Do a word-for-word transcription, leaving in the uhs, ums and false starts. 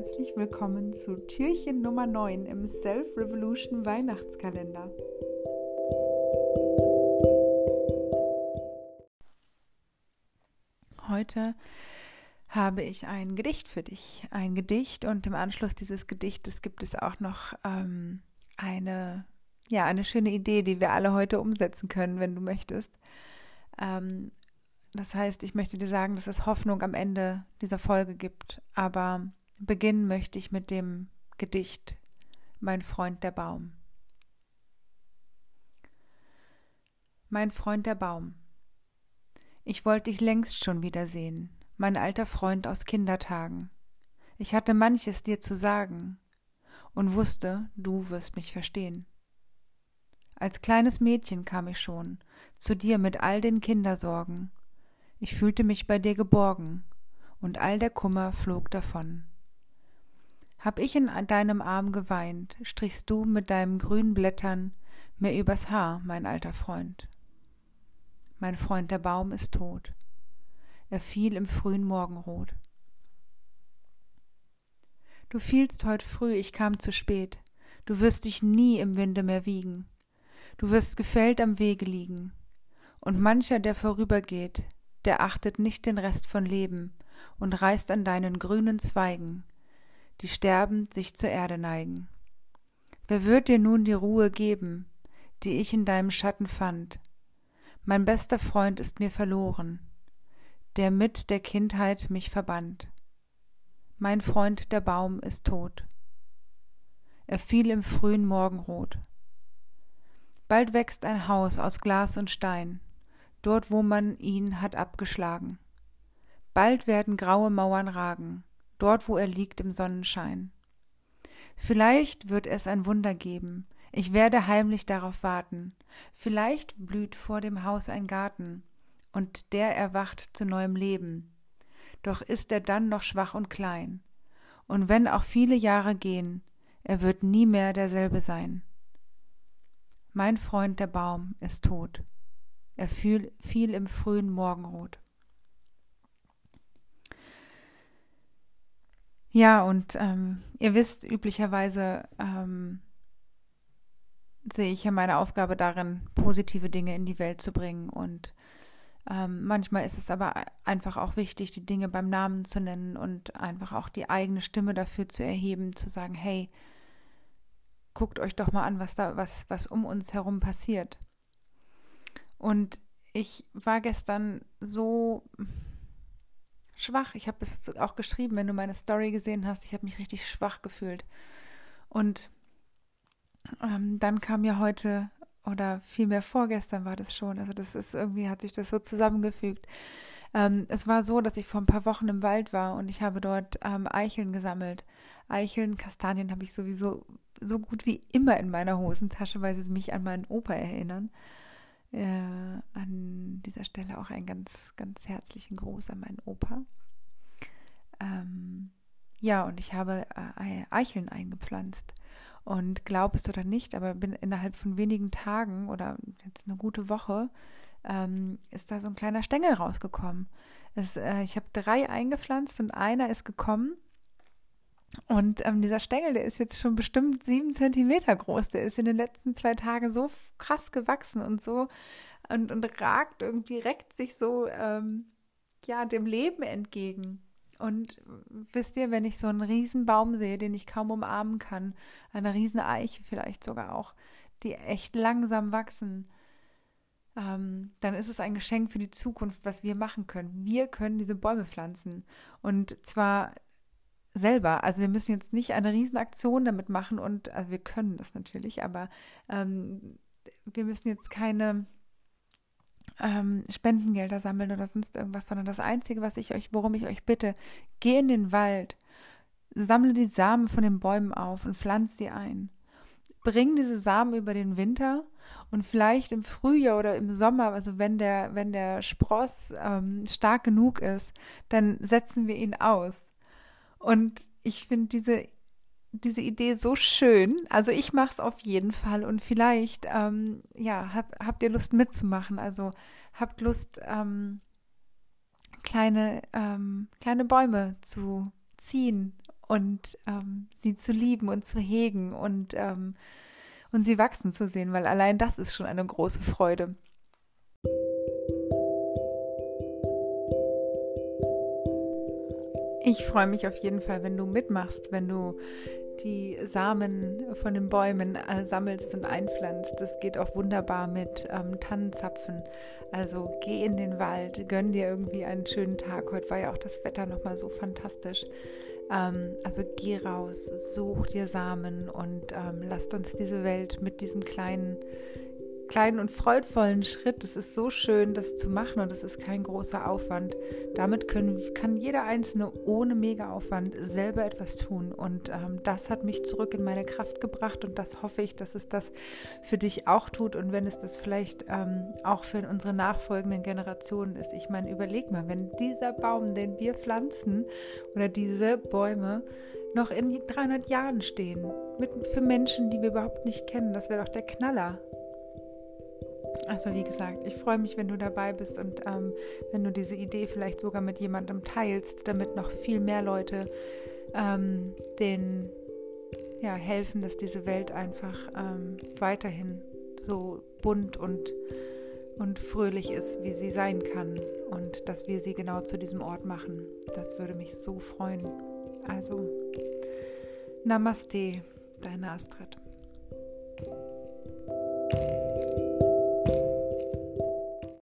herzlich willkommen zu Türchen Nummer neun im Self-Revolution Weihnachtskalender. Heute habe ich ein Gedicht für dich. Ein Gedicht und im Anschluss dieses Gedichtes gibt es auch noch ähm, eine, ja, eine schöne Idee, die wir alle heute umsetzen können, wenn du möchtest. Ähm, Das heißt, ich möchte dir sagen, dass es Hoffnung am Ende dieser Folge gibt. Aber beginnen möchte ich mit dem Gedicht Mein Freund der Baum. Mein Freund der Baum. Ich wollte dich längst schon wiedersehen, mein alter Freund aus Kindertagen. Ich hatte manches dir zu sagen und wusste, du wirst mich verstehen. Als kleines Mädchen kam ich schon zu dir mit all den Kindersorgen. Ich fühlte mich bei dir geborgen, und all der Kummer flog davon. Hab ich in deinem Arm geweint, strichst du mit deinen grünen Blättern mir übers Haar, mein alter Freund. Mein Freund der Baum ist tot, er fiel im frühen Morgenrot. Du fielst heut früh, ich kam zu spät, du wirst dich nie im Winde mehr wiegen, du wirst gefällt am Wege liegen, und mancher, der vorübergeht, der achtet nicht den Rest von Leben und reißt an deinen grünen Zweigen, die sterbend sich zur Erde neigen. Wer wird dir nun die Ruhe geben, die ich in deinem Schatten fand? Mein bester Freund ist mir verloren, der mit der Kindheit mich verband. Mein Freund der Baum ist tot. Er fiel im frühen Morgenrot. Bald wächst ein Haus aus Glas und Stein, dort wo man ihn hat abgeschlagen. Bald werden graue Mauern ragen, dort wo er liegt im Sonnenschein. Vielleicht wird es ein Wunder geben, ich werde heimlich darauf warten. Vielleicht blüht vor dem Haus ein Garten, und der erwacht zu neuem Leben. Doch ist er dann noch schwach und klein, und wenn auch viele Jahre gehen, er wird nie mehr derselbe sein. Mein Freund der Baum ist tot. Er fiel, fiel im frühen Morgenrot. Ja, und ähm, ihr wisst, üblicherweise ähm, sehe ich ja meine Aufgabe darin, positive Dinge in die Welt zu bringen. Und ähm, manchmal ist es aber einfach auch wichtig, die Dinge beim Namen zu nennen und einfach auch die eigene Stimme dafür zu erheben, zu sagen, hey, guckt euch doch mal an, was da, was, was um uns herum passiert. Und ich war gestern so schwach. Ich habe es auch geschrieben, wenn du meine Story gesehen hast. Ich habe mich richtig schwach gefühlt. Und ähm, dann kam ja heute, oder vielmehr vorgestern war das schon, also das ist irgendwie, hat sich das so zusammengefügt. Ähm, es war so, dass ich vor ein paar Wochen im Wald war und ich habe dort ähm, Eicheln gesammelt. Eicheln, Kastanien habe ich sowieso so gut wie immer in meiner Hosentasche, weil sie mich an meinen Opa erinnern. Äh, an dieser Stelle auch einen ganz, ganz herzlichen Gruß an meinen Opa. Ähm, ja, und ich habe äh, Eicheln eingepflanzt. Und glaub es oder nicht, aber bin innerhalb von wenigen Tagen oder jetzt eine gute Woche, ähm, ist da so ein kleiner Stängel rausgekommen. Es, äh, ich habe drei eingepflanzt und einer ist gekommen. Und ähm, dieser Stängel, der ist jetzt schon bestimmt sieben Zentimeter groß. Der ist in den letzten zwei Tagen so krass gewachsen und so und, und ragt irgendwie, reckt sich so ähm, ja, dem Leben entgegen. Und wisst ihr, wenn ich so einen riesen Baum sehe, den ich kaum umarmen kann, eine riesen Eiche vielleicht sogar auch, die echt langsam wachsen, ähm, dann ist es ein Geschenk für die Zukunft, was wir machen können. Wir können diese Bäume pflanzen. Und zwar selber. Also wir müssen jetzt nicht eine Riesenaktion damit machen und, also wir können das natürlich, aber ähm, wir müssen jetzt keine ähm, Spendengelder sammeln oder sonst irgendwas, sondern das Einzige, was ich euch, worum ich euch bitte, geh in den Wald, sammle die Samen von den Bäumen auf und pflanz sie ein. Bring diese Samen über den Winter und vielleicht im Frühjahr oder im Sommer, also wenn der, wenn der Spross ähm, stark genug ist, dann setzen wir ihn aus. Und ich finde diese, diese Idee so schön. Also ich mache es auf jeden Fall. Und vielleicht ähm, ja, hab, habt ihr Lust mitzumachen. Also habt Lust, ähm, kleine, ähm, kleine Bäume zu ziehen und ähm, sie zu lieben und zu hegen und, ähm, und sie wachsen zu sehen, weil allein das ist schon eine große Freude. Ich freue mich auf jeden Fall, wenn du mitmachst, wenn du die Samen von den Bäumen äh, sammelst und einpflanzt. Das geht auch wunderbar mit ähm, Tannenzapfen. Also geh in den Wald, gönn dir irgendwie einen schönen Tag. Heute war ja auch das Wetter nochmal so fantastisch. Ähm, also geh raus, such dir Samen und ähm, lasst uns diese Welt mit diesem kleinen kleinen und freudvollen Schritt. Es ist so schön, das zu machen und es ist kein großer Aufwand. Damit können, kann jeder Einzelne ohne Mega-Aufwand selber etwas tun und ähm, das hat mich zurück in meine Kraft gebracht und das hoffe ich, dass es das für dich auch tut und wenn es das vielleicht ähm, auch für unsere nachfolgenden Generationen ist. Ich meine, überleg mal, wenn dieser Baum, den wir pflanzen oder diese Bäume noch in dreihundert Jahren stehen, mit, für Menschen, die wir überhaupt nicht kennen, das wäre doch der Knaller. Also wie gesagt, ich freue mich, wenn du dabei bist und ähm, wenn du diese Idee vielleicht sogar mit jemandem teilst, damit noch viel mehr Leute ähm, denen ja, helfen, dass diese Welt einfach ähm, weiterhin so bunt und, und fröhlich ist, wie sie sein kann und dass wir sie genau zu diesem Ort machen. Das würde mich so freuen. Also, Namaste, deine Astrid.